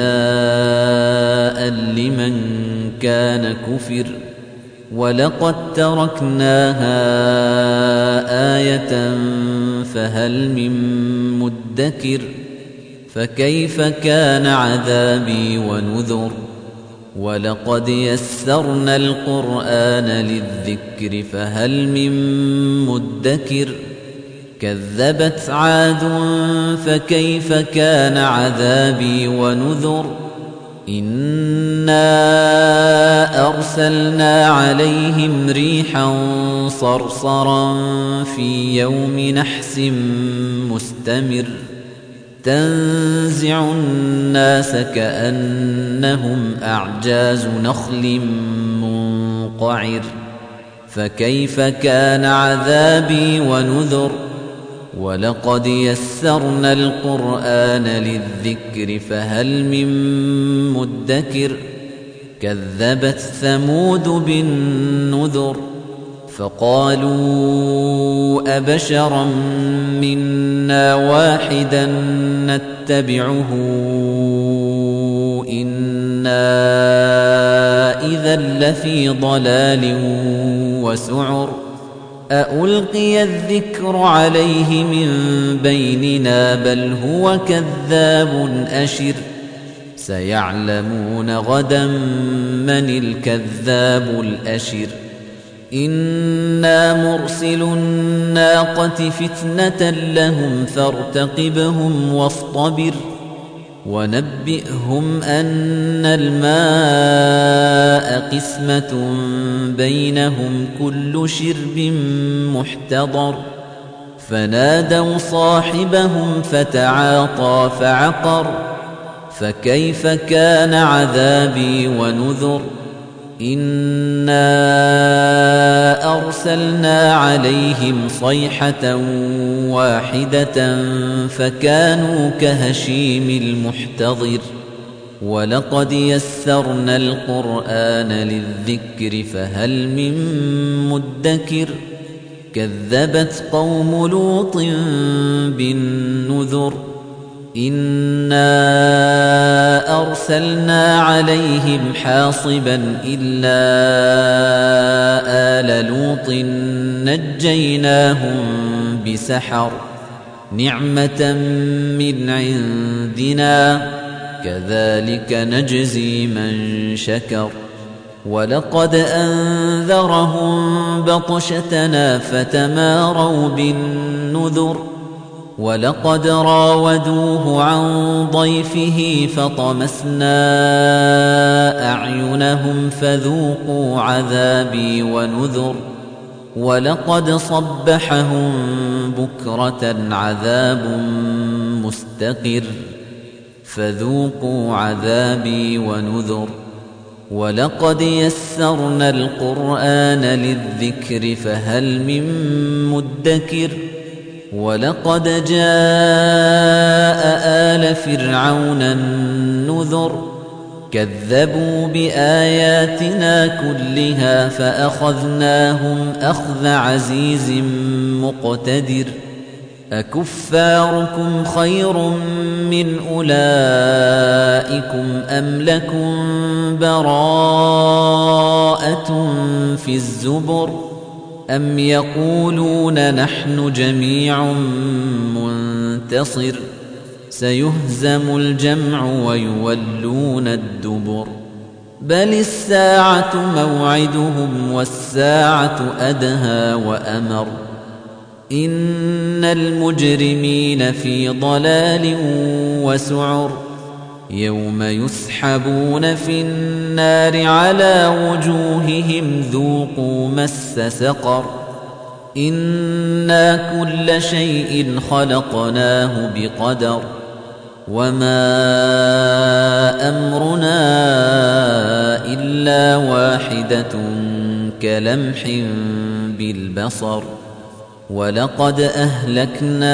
Speaker 1: جزاء لمن كان كفر ولقد تركناها آية فهل من مدكر فكيف كان عذابي ونذر ولقد يسرنا القرآن للذكر فهل من مدكر كذبت عاد فكيف كان عذابي ونذر إنا أرسلنا عليهم ريحا صرصرا في يوم نحس مستمر تنزع الناس كأنهم أعجاز نخل منقعر فكيف كان عذابي ونذر ولقد يسرنا القرآن للذكر فهل من مدكر كذبت ثمود بالنذر فقالوا أبشرا منا واحدا نتبعه إنا إذا لفي ضلال وسعر أألقي الذكر عليه من بيننا بل هو كذاب أشر سيعلمون غدا من الكذاب الأشر إنا مرسل الناقة فتنة لهم فارتقبهم واصطبر ونبئهم أن الماء قسمة بينهم كل شرب محتضر فنادوا صاحبهم فتعاطى فعقر فكيف كان عذابي ونذر إنا أرسلنا عليهم صيحة واحدة فكانوا كهشيم المحتضر ولقد يسرنا القرآن للذكر فهل من مدكر كذبت قوم لوط بالنذر إنا أرسلنا عليهم حاصبا إلا آل لوط نجيناهم بسحر نعمة من عندنا كذلك نجزي من شكر ولقد أنذرهم بطشتنا فتماروا بالنذر ولقد راودوه عن ضيفه فطمسنا أعينهم فذوقوا عذابي ونذر ولقد صبحهم بكرة عذاب مستقر فذوقوا عذابي ونذر ولقد يسرنا القرآن للذكر فهل من مدكر ولقد جاء آل فرعون النذر كذبوا بآياتنا كلها فأخذناهم أخذ عزيز مقتدر أكفاركم خير من أولئكم أم لكم براءة في الزبر أم يقولون نحن جميع منتصر سيهزم الجمع ويولون الدبر بل الساعة موعدهم والساعة أدهى وأمر إن المجرمين في ضلال وسعر يوم يسحبون في النار على وجوههم ذوقوا مس سقر إنا كل شيء خلقناه بقدر وما أمرنا إلا واحدة كلمح بالبصر ولقد أهلكنا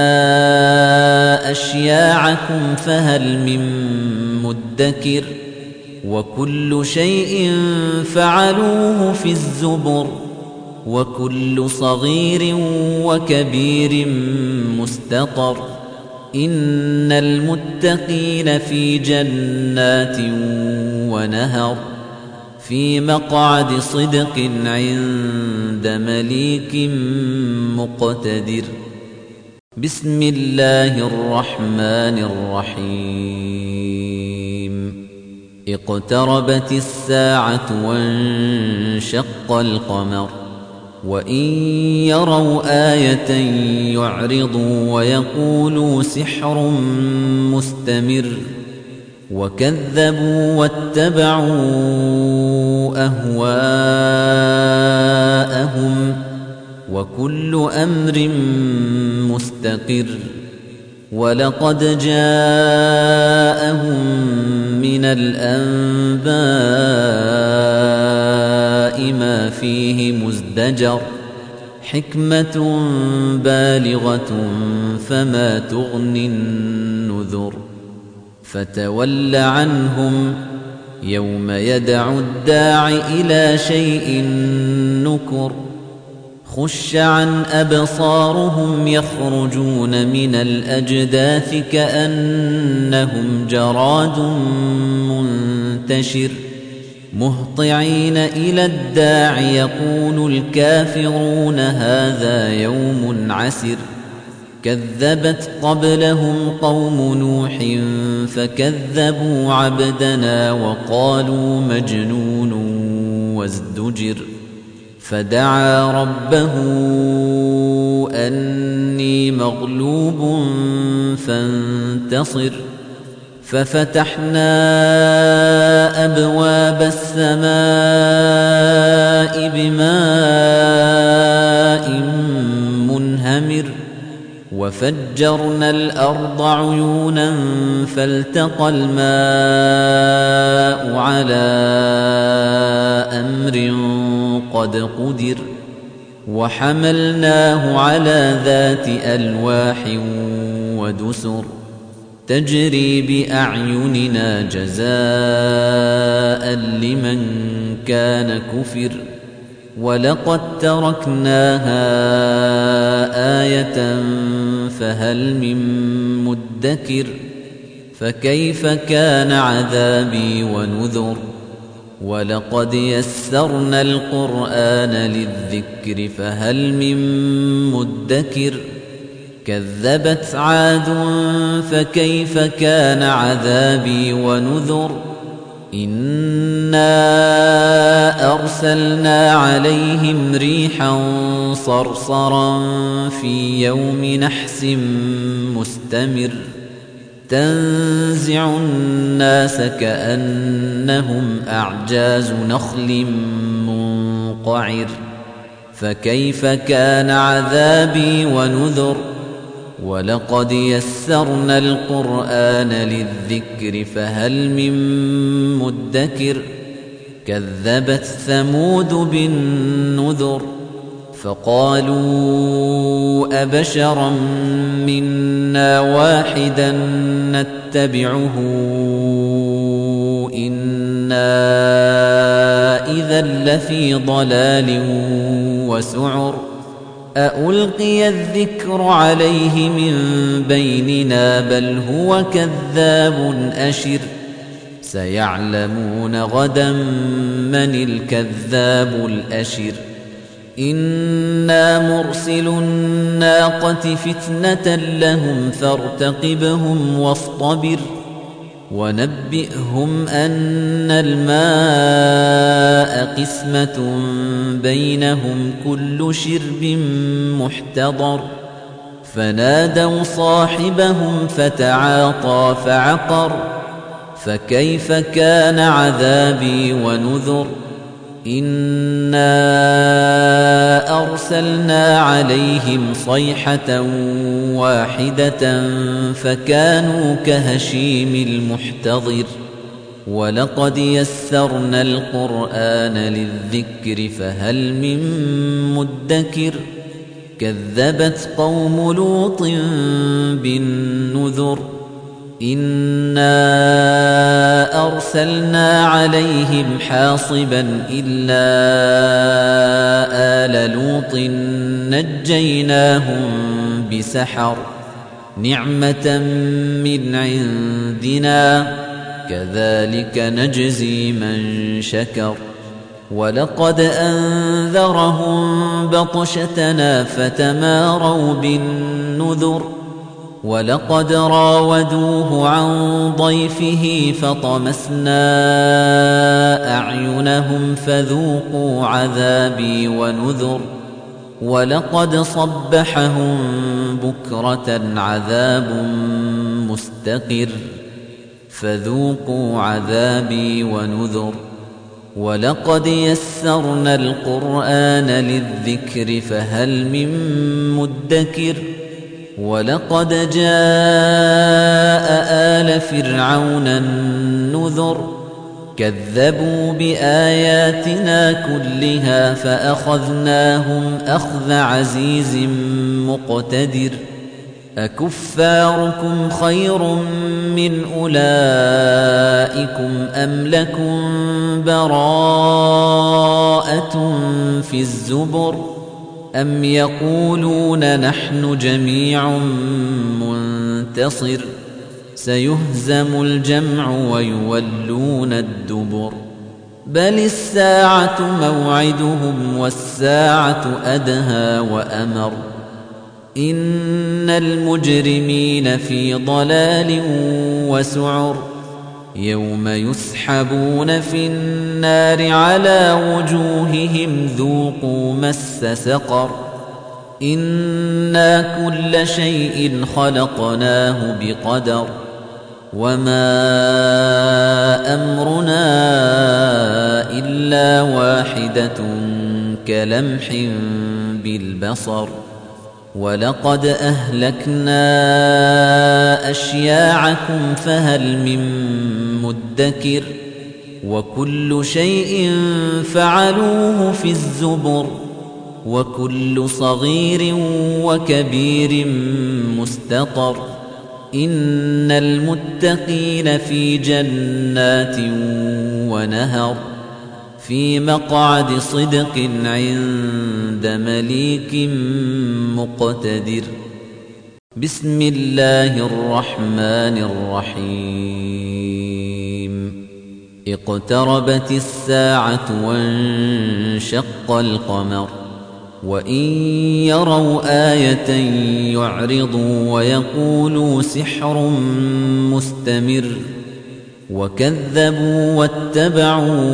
Speaker 1: أشياعكم فهل من مدكر وكل شيء فعلوه في الزبر وكل صغير وكبير مستطر إن المتقين في جنات ونهر في مقعد صدق عند مليك مقتدر بسم الله الرحمن الرحيم اقتربت الساعة وانشق القمر وإن يروا آية يعرضوا ويقولوا سحر مستمر وكذبوا واتبعوا أهواءهم وكل أمر مستقر ولقد جاءهم من الأنباء ما فيه مزدجر حكمة بالغة فما تغني النذر فتول عنهم يوم يدعو الداع إلى شيء نكر خش عن أبصارهم يخرجون من الأجداث كأنهم جراد منتشر مهطعين إلى الداع يقول الكافرون هذا يوم عسر كذبت قبلهم قوم نوح فكذبوا عبدنا وقالوا مجنون وازدجر فدعا ربه أني مغلوب فانتصر ففتحنا أبواب السماء بماء منهمر وفجرنا الأرض عيونا فالتقى الماء على أمر قد قدر وحملناه على ذات ألواح ودسر تجري بأعيننا جزاء لمن كان كفر ولقد تركناها آية فهل من مدكر فكيف كان عذابي ونذر ولقد يسرنا القرآن للذكر فهل من مدكر كذبت عاد فكيف كان عذابي ونذر إنا أرسلنا عليهم ريحا صرصرا في يوم نحس مستمر تنزع الناس كأنهم أعجاز نخل منقعر فكيف كان عذابي ونذر ولقد يسرنا القرآن للذكر فهل من مدكر كذبت ثمود بالنذر فقالوا أبشرا منا واحدا نتبعه إنا إذا لفي ضلال وسعر أألقي الذكر عليه من بيننا بل هو كذاب أشر سيعلمون غدا من الكذاب الأشر إنا مرسل الناقة فتنة لهم فارتقبهم واصطبر ونبئهم أن الماء قسمة بينهم كل شرب محتضر فنادوا صاحبهم فتعاطى فعقر فكيف كان عذابي ونذر إنا أرسلنا عليهم صيحة واحدة فكانوا كهشيم المحتضر ولقد يسرنا القرآن للذكر فهل من مدكر كذبت قوم لوط بالنذر إنا أرسلنا عليهم حاصبا إلا آل لوط نجيناهم بسحر نعمة من عندنا كذلك نجزي من شكر ولقد أنذرهم بطشتنا فتماروا بالنذر ولقد راودوه عن ضيفه فطمسنا أعينهم فذوقوا عذابي ونذر ولقد صبحهم بكرة عذاب مستقر فذوقوا عذابي ونذر ولقد يسرنا القرآن للذكر فهل من مدكر ولقد جاء آل فرعون النذر كذبوا بآياتنا كلها فأخذناهم أخذ عزيز مقتدر أكفاركم خير من أولئكم أم لكم براءة في الزبر أم يقولون نحن جميع منتصر سيهزم الجمع ويولون الدبر بل الساعة موعدهم والساعة أدهى وأمر إن المجرمين في ضلال وسعر يوم يسحبون في النار على وجوههم ذوقوا مس سقر إنا كل شيء خلقناه بقدر وما أمرنا إلا واحدة كلمح بالبصر ولقد أهلكنا أشياعكم فهل من مدكر وكل شيء فعلوه في الزبر وكل صغير وكبير مستطر إن المتقين في جنات ونهر في مقعد صدق عند مليك مقتدر بسم الله الرحمن الرحيم اقتربت الساعة وانشق القمر وإن يروا آية يعرضوا ويقولوا سحر مستمر وكذبوا واتبعوا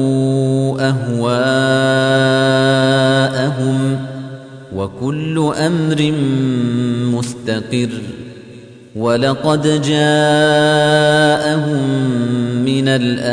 Speaker 1: أهواءهم وكل أمر مستقر ولقد جاءهم من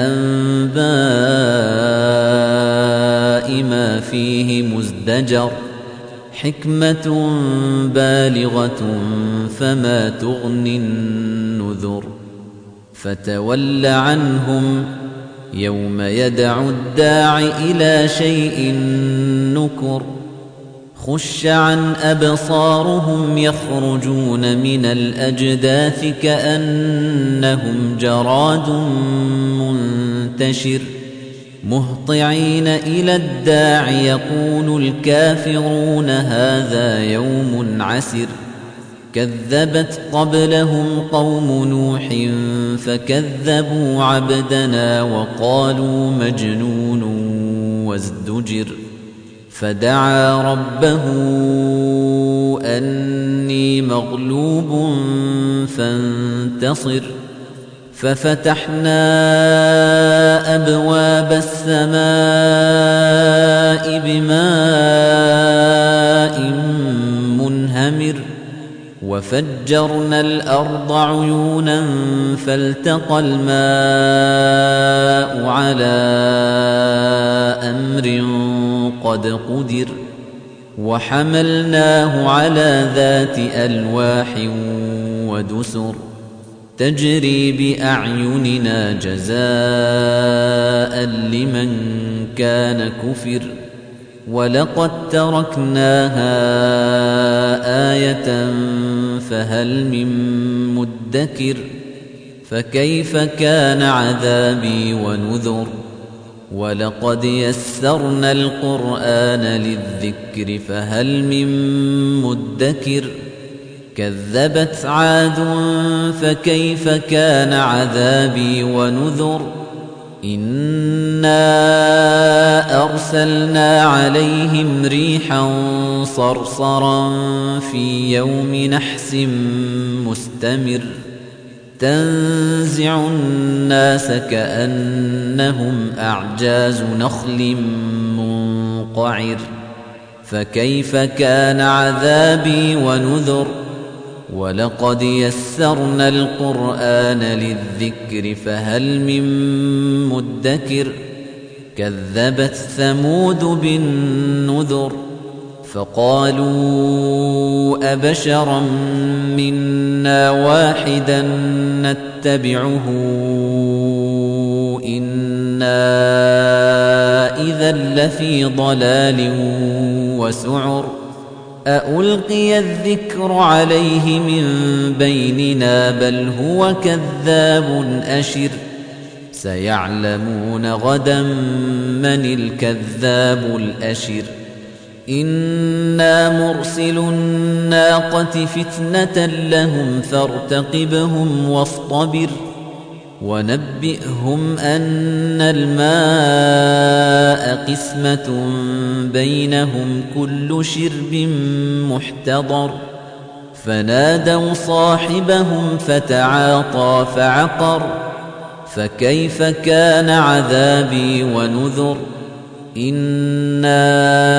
Speaker 1: الأنباء ما فيه مزدجر حكمة بالغة فما تغني النذر فتول عنهم يوم يدعو الداع إلى شيء نكر خش عن أبصارهم يخرجون من الأجداث كأنهم جراد منتشر مهطعين إلى الداع يقول الكافرون هذا يوم عسر كذبت قبلهم قوم نوح فكذبوا عبدنا وقالوا مجنون وازدجر فدعا ربه أني مغلوب فانتصر ففتحنا أبواب السماء بماء منهمر وفجرنا الأرض عيونا فالتقى الماء على أمر قد قدر وحملناه على ذات ألواح ودسر تجري بأعيننا جزاء لمن كان كفر ولقد تركناها آية فهل من مدكر فكيف كان عذابي ونذر ولقد يسرنا القرآن للذكر فهل من مدكر كذبت عاد فكيف كان عذابي ونذر إنا أرسلنا عليهم ريحا صرصرا في يوم نحس مستمر تنزع الناس كأنهم أعجاز نخل منقعر فكيف كان عذابي ونذر ولقد يسرنا القرآن للذكر فهل من مدكر كذبت ثمود بالنذر فقالوا أبشرا منا واحدا نتبعه إنا إذا لفي ضلال وسعر أألقي الذكر عليه من بيننا بل هو كذاب أشر سيعلمون غدا من الكذاب الأشر إنا مرسل الناقة فتنة لهم فارتقبهم واصطبر ونبئهم أن الماء قسمة بينهم كل شرب محتضر فنادوا صاحبهم فتعاطى فعقر فكيف كان عذابي ونذر إنا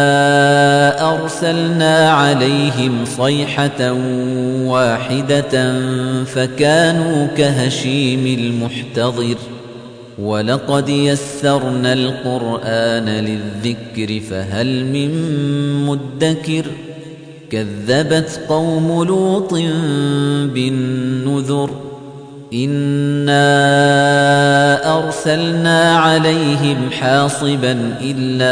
Speaker 1: أرسلنا عليهم صيحة واحدة فكانوا كهشيم المحتضر ولقد يسرنا القرآن للذكر فهل من مدكر كذبت قوم لوط بالنذر إنا أرسلنا عليهم حاصبا إلا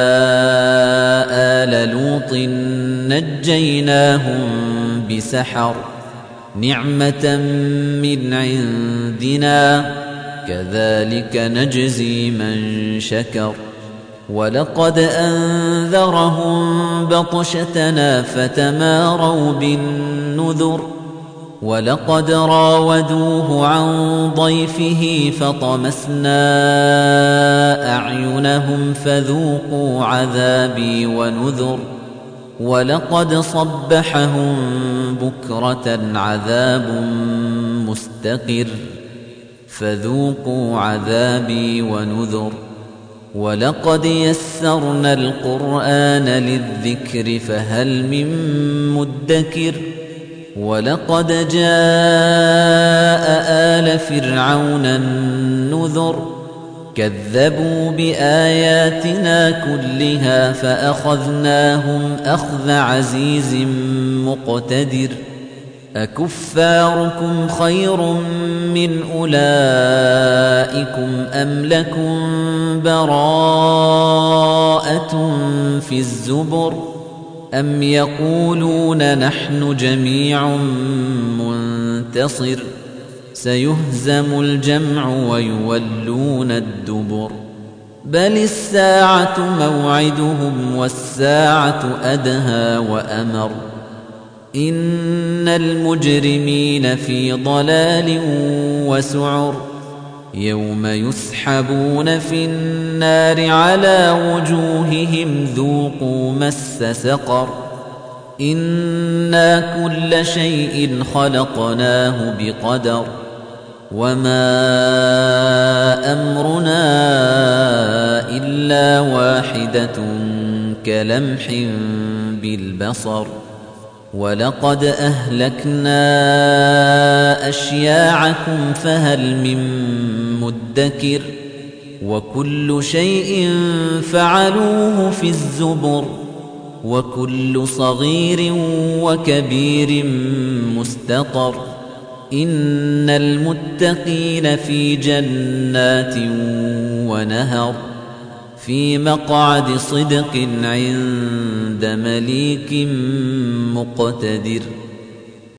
Speaker 1: آل لوط نجيناهم بسحر نعمة من عندنا كذلك نجزي من شكر ولقد أنذرهم بطشتنا فتماروا بالنذر ولقد راودوه عن ضيفه فطمسنا أعينهم فذوقوا عذابي ونذر ولقد صبحهم بكرة عذاب مستقر فذوقوا عذابي ونذر ولقد يسرنا القرآن للذكر فهل من مدكر ولقد جاء آل فرعون النذر كذبوا بآياتنا كلها فأخذناهم أخذ عزيز مقتدر أكفاركم خير من أولئكم أم لكم براءة في الزبر أم يقولون نحن جميع منتصر سيهزم الجمع ويولون الدبر بل الساعة موعدهم والساعة أدهى وأمر إن المجرمين في ضلال وسعر يوم يسحبون في النار على وجوههم ذوقوا مس سقر إنا كل شيء خلقناه بقدر وما أمرنا إلا واحدة كلمح بالبصر ولقد أهلكنا أشياعكم فهل من مدكر وكل شيء فعلوه في الزبر وكل صغير وكبير مستطر إن المتقين في جنات ونهر في مقعد صدق عند مليك مقتدر